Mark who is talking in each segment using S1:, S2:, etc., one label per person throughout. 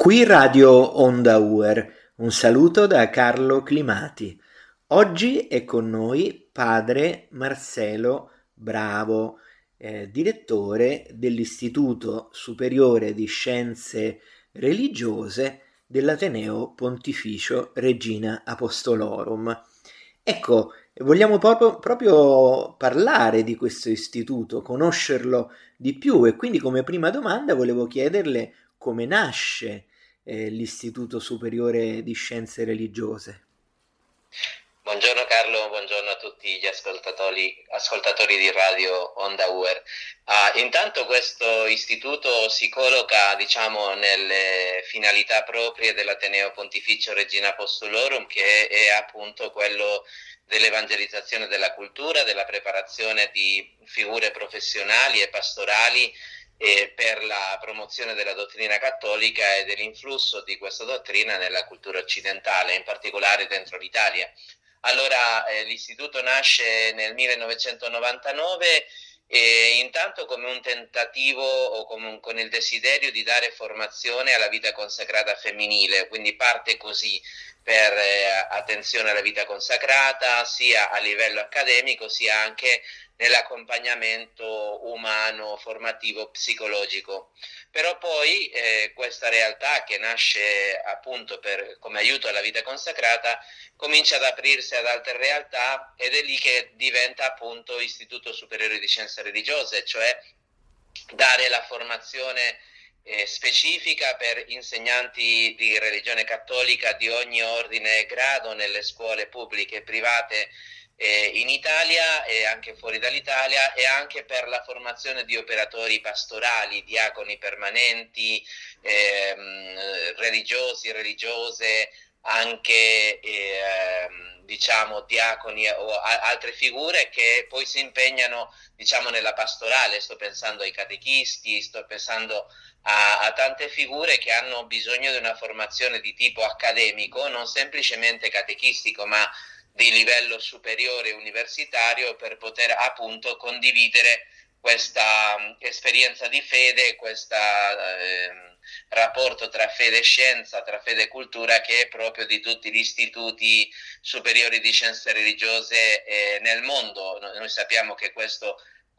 S1: Qui Radio Onda Uer, un saluto da Carlo Climati. Oggi è con noi padre Marcelo Bravo, direttore dell'Istituto Superiore di Scienze Religiose dell'Ateneo Pontificio Regina Apostolorum. Ecco, vogliamo proprio parlare di questo istituto, conoscerlo di più, e quindi come prima domanda volevo chiederle come nasce l'Istituto Superiore di Scienze Religiose.
S2: Buongiorno Carlo, buongiorno a tutti gli ascoltatori di Radio Onda Uer. Intanto questo istituto si colloca, nelle finalità proprie dell'Ateneo Pontificio Regina Apostolorum, che è appunto quello dell'evangelizzazione della cultura, della preparazione di figure professionali e pastorali per la promozione della dottrina cattolica e dell'influsso di questa dottrina nella cultura occidentale, in particolare dentro l'Italia. Allora, l'istituto nasce nel 1999 e intanto come un tentativo o con il desiderio di dare formazione alla vita consacrata femminile, quindi parte così per attenzione alla vita consacrata sia a livello accademico sia anche nell'accompagnamento umano, formativo, psicologico. Però poi questa realtà che nasce appunto come aiuto alla vita consacrata comincia ad aprirsi ad altre realtà ed è lì che diventa appunto Istituto Superiore di Scienze Religiose, cioè dare la formazione specifica per insegnanti di religione cattolica di ogni ordine e grado nelle scuole pubbliche e private in Italia e anche fuori dall'Italia, e anche per la formazione di operatori pastorali, diaconi permanenti, religiosi, religiose, anche diaconi o altre figure che poi si impegnano nella pastorale. Sto pensando ai catechisti, sto pensando a tante figure che hanno bisogno di una formazione di tipo accademico, non semplicemente catechistico, ma di livello superiore universitario, per poter appunto condividere questa esperienza di fede, questo rapporto tra fede e scienza, tra fede e cultura, che è proprio di tutti gli istituti superiori di scienze religiose nel mondo. Noi sappiamo che queste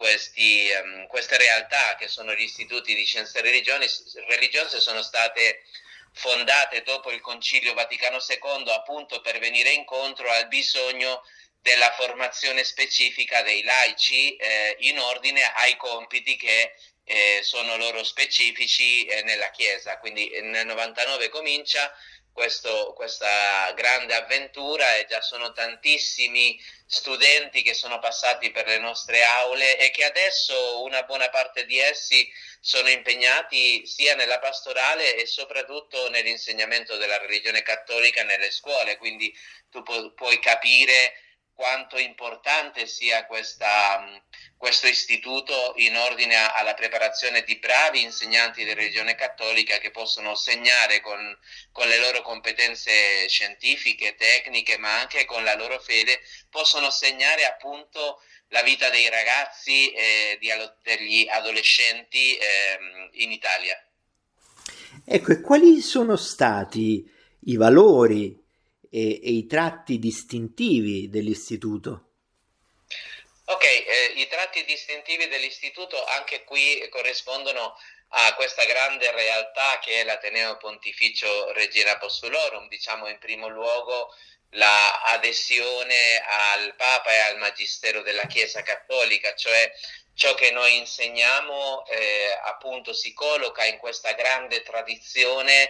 S2: realtà, che sono gli istituti di scienze religiose, sono state fondate dopo il Concilio Vaticano II appunto per venire incontro al bisogno della formazione specifica dei laici in ordine ai compiti che sono loro specifici nella Chiesa. Quindi nel 99 comincia questa grande avventura e già sono tantissimi studenti che sono passati per le nostre aule e che adesso una buona parte di essi sono impegnati sia nella pastorale e soprattutto nell'insegnamento della religione cattolica nelle scuole. Quindi tu puoi capire quanto importante sia questo istituto in ordine alla preparazione di bravi insegnanti di religione cattolica che possono segnare con le loro competenze scientifiche, tecniche, ma anche con la loro fede, possono segnare appunto la vita dei ragazzi e degli adolescenti in Italia.
S1: Ecco, e quali sono stati i valori e i tratti distintivi dell'istituto?
S2: Ok, i tratti distintivi dell'istituto anche qui corrispondono a questa grande realtà che è l'Ateneo Pontificio Regina Apostolorum. In primo luogo la adesione al Papa e al Magistero della Chiesa Cattolica, cioè ciò che noi insegniamo appunto si colloca in questa grande tradizione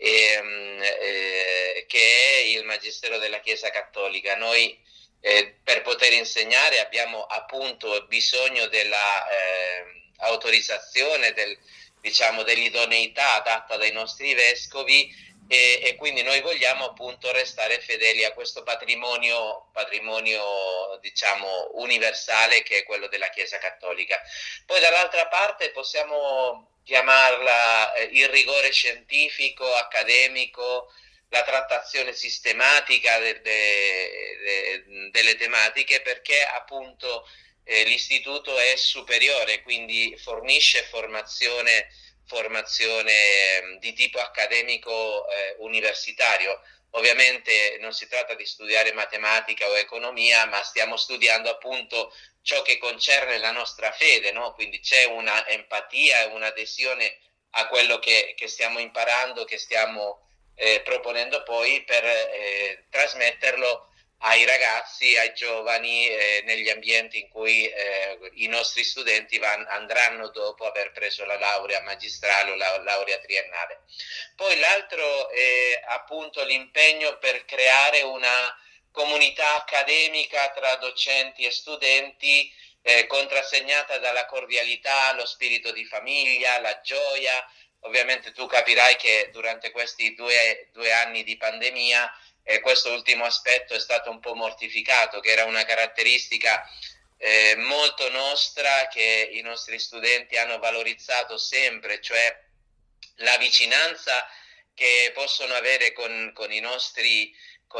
S2: che è il Magistero della Chiesa Cattolica. Noi per poter insegnare abbiamo appunto bisogno della autorizzazione, dell'idoneità data dai nostri vescovi, e quindi noi vogliamo appunto restare fedeli a questo patrimonio universale che è quello della Chiesa Cattolica. Poi dall'altra parte possiamo chiamarla il rigore scientifico, accademico, la trattazione sistematica delle tematiche, perché appunto l'istituto è superiore, quindi fornisce formazione formazione di tipo accademico universitario. Ovviamente non si tratta di studiare matematica o economia, ma stiamo studiando appunto ciò che concerne la nostra fede, no? Quindi c'è una empatia e un'adesione a quello che stiamo imparando, che stiamo proponendo poi per trasmetterlo ai ragazzi, ai giovani, negli ambienti in cui i nostri studenti andranno dopo aver preso la laurea magistrale o la laurea triennale. Poi l'altro è appunto l'impegno per creare una comunità accademica tra docenti e studenti contrassegnata dalla cordialità, lo spirito di famiglia, la gioia. Ovviamente tu capirai che durante questi due anni di pandemia questo ultimo aspetto è stato un po' mortificato, che era una caratteristica molto nostra, che i nostri studenti hanno valorizzato sempre, cioè la vicinanza che possono avere con i nostri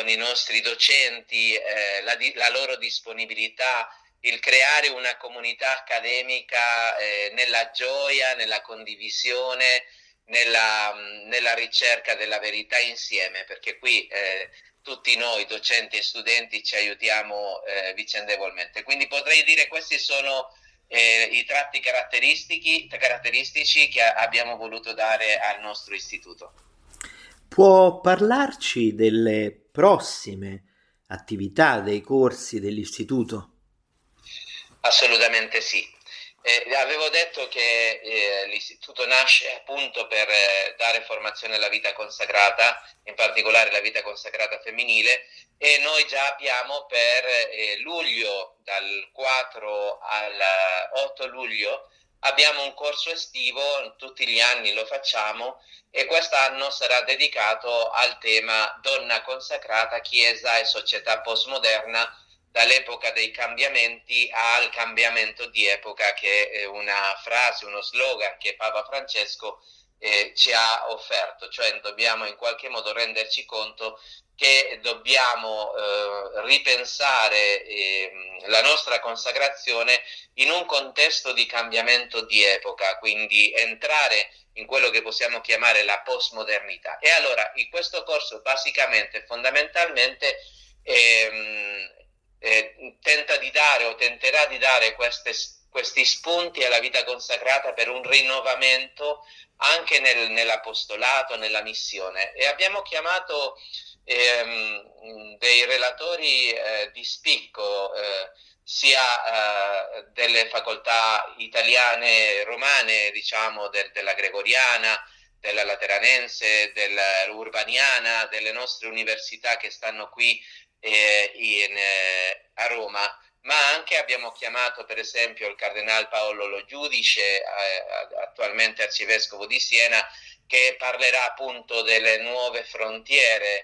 S2: docenti, la loro disponibilità, il creare una comunità accademica nella gioia, nella condivisione, nella ricerca della verità insieme, perché qui tutti noi docenti e studenti ci aiutiamo vicendevolmente. Quindi potrei dire questi sono i tratti caratteristici che abbiamo voluto dare al nostro istituto.
S1: Può parlarci delle prossime attività, dei corsi dell'istituto?
S2: Assolutamente sì. Avevo detto che l'istituto nasce appunto per dare formazione alla vita consacrata, in particolare la vita consacrata femminile, e noi già abbiamo per luglio, dal 4 al 8 luglio, abbiamo un corso estivo, tutti gli anni lo facciamo, e quest'anno sarà dedicato al tema Donna consacrata, Chiesa e società postmoderna, dall'epoca dei cambiamenti al cambiamento di epoca, che è una frase, uno slogan che Papa Francesco ci ha offerto, cioè dobbiamo in qualche modo renderci conto che dobbiamo ripensare la nostra consacrazione in un contesto di cambiamento di epoca, quindi entrare in quello che possiamo chiamare la postmodernità. E allora in questo corso basicamente, fondamentalmente, tenterà di dare questi spunti alla vita consacrata per un rinnovamento anche nell'apostolato, nella missione. E abbiamo chiamato dei relatori di spicco, sia delle facoltà italiane, romane, diciamo, della Gregoriana, della Lateranense, dell'Urbaniana, delle nostre università che stanno qui a Roma, ma anche abbiamo chiamato per esempio il Cardinal Paolo Lo Giudice, attualmente arcivescovo di Siena, che parlerà appunto delle nuove frontiere,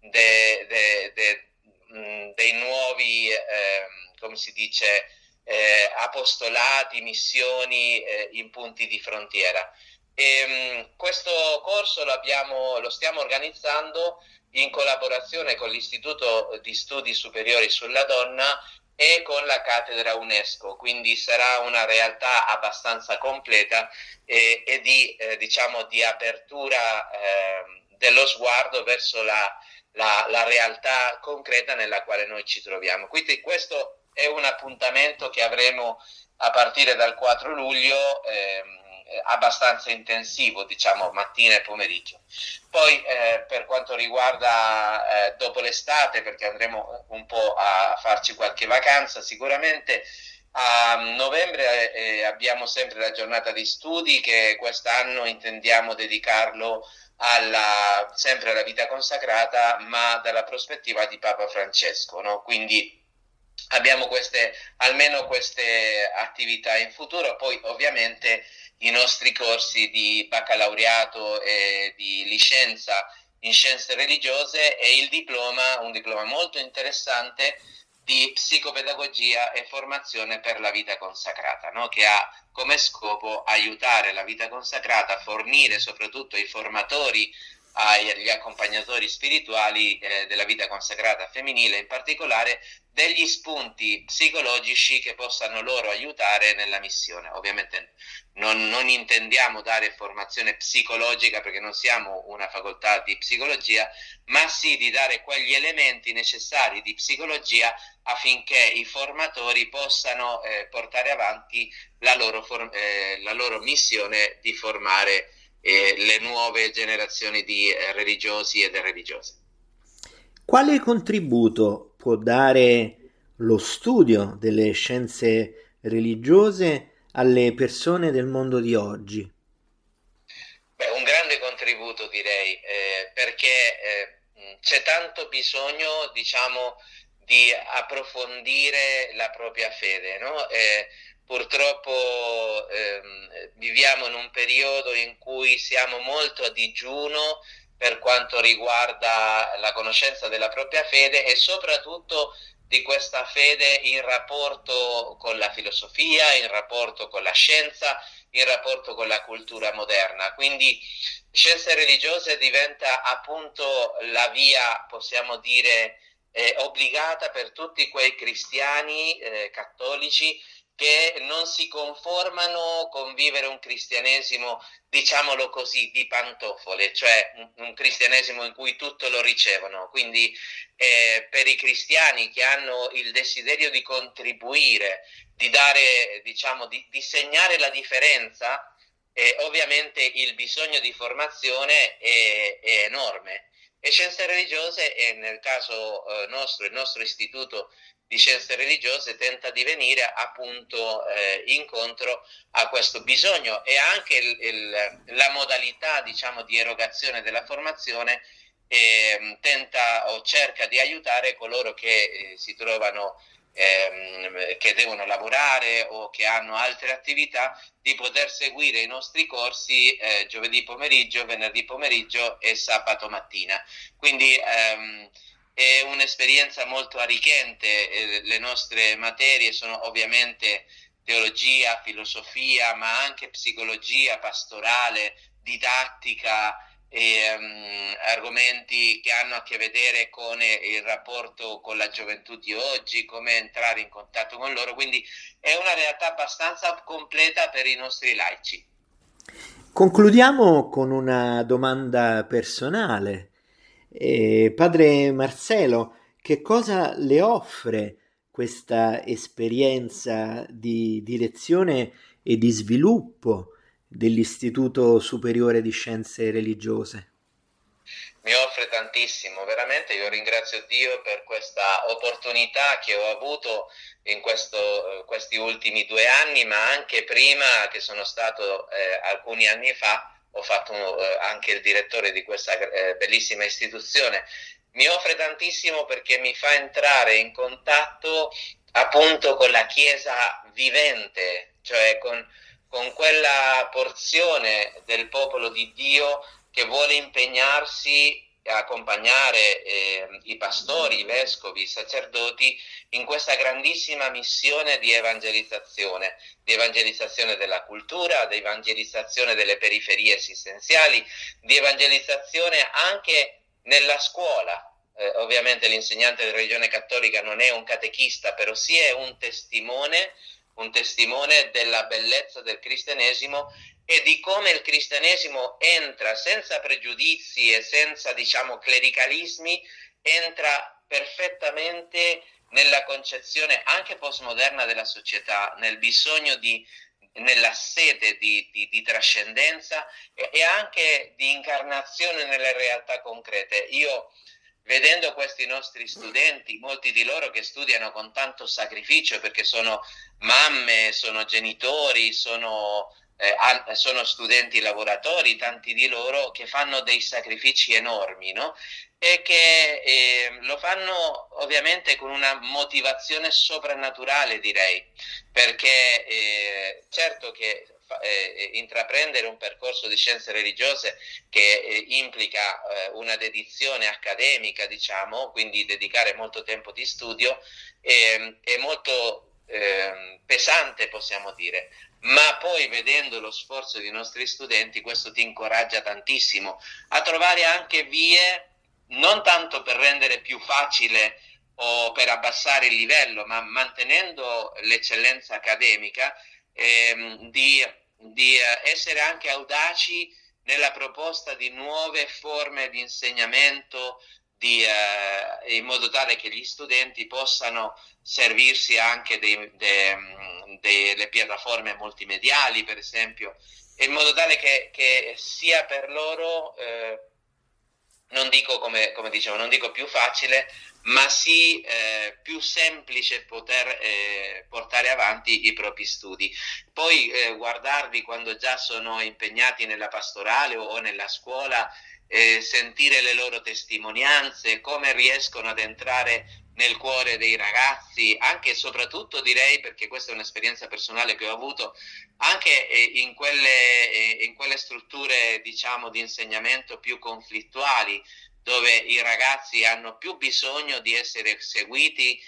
S2: dei nuovi, come si dice, apostolati, missioni in punti di frontiera. Questo corso lo stiamo organizzando in collaborazione con l'Istituto di Studi Superiori sulla Donna e con la cattedra UNESCO, quindi sarà una realtà abbastanza completa e di apertura dello sguardo verso la realtà concreta nella quale noi ci troviamo. Quindi questo è un appuntamento che avremo a partire dal 4 luglio, abbastanza intensivo, diciamo mattina e pomeriggio. Poi per quanto riguarda dopo l'estate, perché andremo un po' a farci qualche vacanza, sicuramente a novembre abbiamo sempre la giornata di studi, che quest'anno intendiamo dedicarlo sempre alla vita consacrata, ma dalla prospettiva di Papa Francesco, no? Quindi abbiamo almeno queste attività in futuro. Poi ovviamente i nostri corsi di baccalaureato e di licenza in scienze religiose e un diploma molto interessante di psicopedagogia e formazione per la vita consacrata, no? Che ha come scopo aiutare la vita consacrata, fornire soprattutto i formatori agli accompagnatori spirituali della vita consacrata femminile, in particolare degli spunti psicologici che possano loro aiutare nella missione. Ovviamente non intendiamo dare formazione psicologica, perché non siamo una facoltà di psicologia, ma sì di dare quegli elementi necessari di psicologia affinché i formatori possano portare avanti la loro missione di formare le nuove generazioni di religiosi e religiose.
S1: Quale contributo può dare lo studio delle scienze religiose alle persone del mondo di oggi?
S2: Beh, un grande contributo, direi, perché c'è tanto bisogno, diciamo, di approfondire la propria fede, no? Purtroppo viviamo in un periodo in cui siamo molto a digiuno per quanto riguarda la conoscenza della propria fede e soprattutto di questa fede in rapporto con la filosofia, in rapporto con la scienza, in rapporto con la cultura moderna. Quindi scienze religiose diventa appunto la via, possiamo dire, obbligata per tutti quei cristiani cattolici che non si conformano con vivere un cristianesimo, diciamolo così, di pantofole, cioè un cristianesimo in cui tutto lo ricevono. Quindi per i cristiani che hanno il desiderio di contribuire, di dare, diciamo, di segnare la differenza, ovviamente il bisogno di formazione è enorme. E scienze religiose, e nel caso nostro, il nostro istituto di scienze religiose tenta di venire appunto incontro a questo bisogno, e anche la modalità, diciamo, di erogazione della formazione tenta o cerca di aiutare coloro che si trovano che devono lavorare o che hanno altre attività, di poter seguire i nostri corsi giovedì pomeriggio, venerdì pomeriggio e sabato mattina. Quindi è un'esperienza molto arricchente. Le nostre materie sono ovviamente teologia, filosofia, ma anche psicologia, pastorale, didattica, argomenti che hanno a che vedere con il rapporto con la gioventù di oggi, come entrare in contatto con loro. Quindi è una realtà abbastanza completa per i nostri laici.
S1: Concludiamo con una domanda personale. Padre Marcelo, che cosa le offre questa esperienza di direzione e di sviluppo dell'Istituto Superiore di Scienze Religiose?
S2: Mi offre tantissimo, veramente. Io ringrazio Dio per questa opportunità che ho avuto in questi ultimi 2 anni, ma anche prima, che sono stato alcuni anni fa, ho fatto anche il direttore di questa bellissima istituzione. Mi offre tantissimo perché mi fa entrare in contatto appunto con la Chiesa vivente, cioè con quella porzione del popolo di Dio che vuole impegnarsi a accompagnare i pastori, i vescovi, i sacerdoti in questa grandissima missione di evangelizzazione della cultura, di evangelizzazione delle periferie esistenziali, di evangelizzazione anche nella scuola. Ovviamente l'insegnante della religione cattolica non è un catechista, però sì è un testimone della bellezza del cristianesimo e di come il cristianesimo entra senza pregiudizi e senza, diciamo, clericalismi, entra perfettamente nella concezione anche postmoderna della società, nel bisogno nella sete di trascendenza e anche di incarnazione nelle realtà concrete. Io, vedendo questi nostri studenti, molti di loro che studiano con tanto sacrificio, perché sono mamme, sono genitori, sono studenti lavoratori, tanti di loro che fanno dei sacrifici enormi, no? E che lo fanno ovviamente con una motivazione soprannaturale, direi, perché certo che intraprendere un percorso di scienze religiose che implica una dedizione accademica, diciamo, quindi dedicare molto tempo di studio, è molto pesante, possiamo dire, ma poi vedendo lo sforzo dei nostri studenti questo ti incoraggia tantissimo a trovare anche vie, non tanto per rendere più facile o per abbassare il livello, ma mantenendo l'eccellenza accademica, di essere anche audaci nella proposta di nuove forme di insegnamento, in modo tale che gli studenti possano servirsi anche delle piattaforme multimediali, per esempio, in modo tale che sia per loro, non dico come dicevo, non dico più facile, ma sì più semplice poter portare avanti i propri studi. Poi guardarli quando già sono impegnati nella pastorale o nella scuola, sentire le loro testimonianze, come riescono ad entrare nel cuore dei ragazzi, anche e soprattutto direi, perché questa è un'esperienza personale che ho avuto, anche in quelle strutture, diciamo, di insegnamento più conflittuali, dove i ragazzi hanno più bisogno di essere seguiti,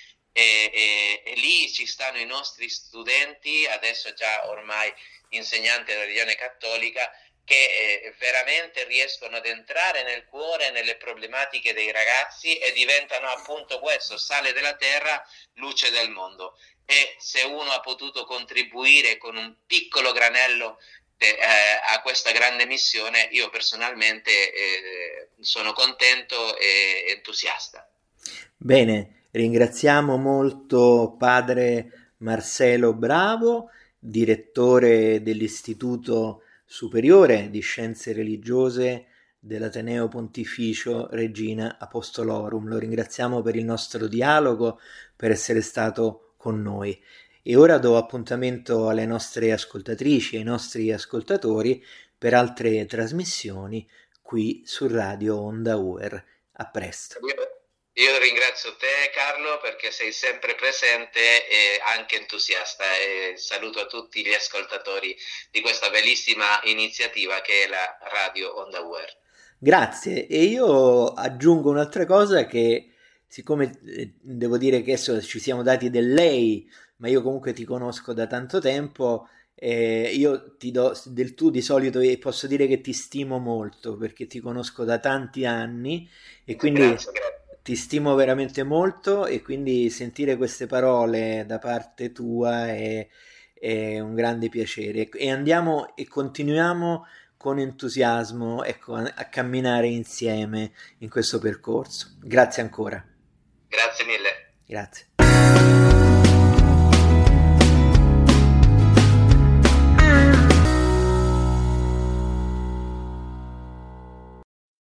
S2: e lì ci stanno i nostri studenti, adesso già ormai insegnanti della religione cattolica, che veramente riescono ad entrare nel cuore, nelle problematiche dei ragazzi, e diventano appunto questo, sale della terra, luce del mondo. E se uno ha potuto contribuire con un piccolo granello a questa grande missione, io personalmente sono contento e entusiasta.
S1: Bene, ringraziamo molto padre Marcelo Bravo, direttore dell'Istituto Superiore di Scienze Religiose dell'Ateneo Pontificio Regina Apostolorum. Lo ringraziamo per il nostro dialogo, per essere stato con noi. E ora do appuntamento alle nostre ascoltatrici e ai nostri ascoltatori per altre trasmissioni qui su Radio Onda UR. A presto.
S2: Io ringrazio te, Carlo, perché sei sempre presente e anche entusiasta, e saluto a tutti gli ascoltatori di questa bellissima iniziativa che è la Radio Onda UR.
S1: Grazie, e io aggiungo un'altra cosa, che siccome devo dire che adesso ci siamo dati del lei, ma io comunque ti conosco da tanto tempo, io ti do del tu di solito, e posso dire che ti stimo molto perché ti conosco da tanti anni e quindi
S2: Grazie.
S1: ti stimo veramente molto, e quindi sentire queste parole da parte tua è un grande piacere, e andiamo e continuiamo con entusiasmo, ecco, a camminare insieme in questo percorso. Grazie ancora.
S2: Grazie mille.
S1: Grazie.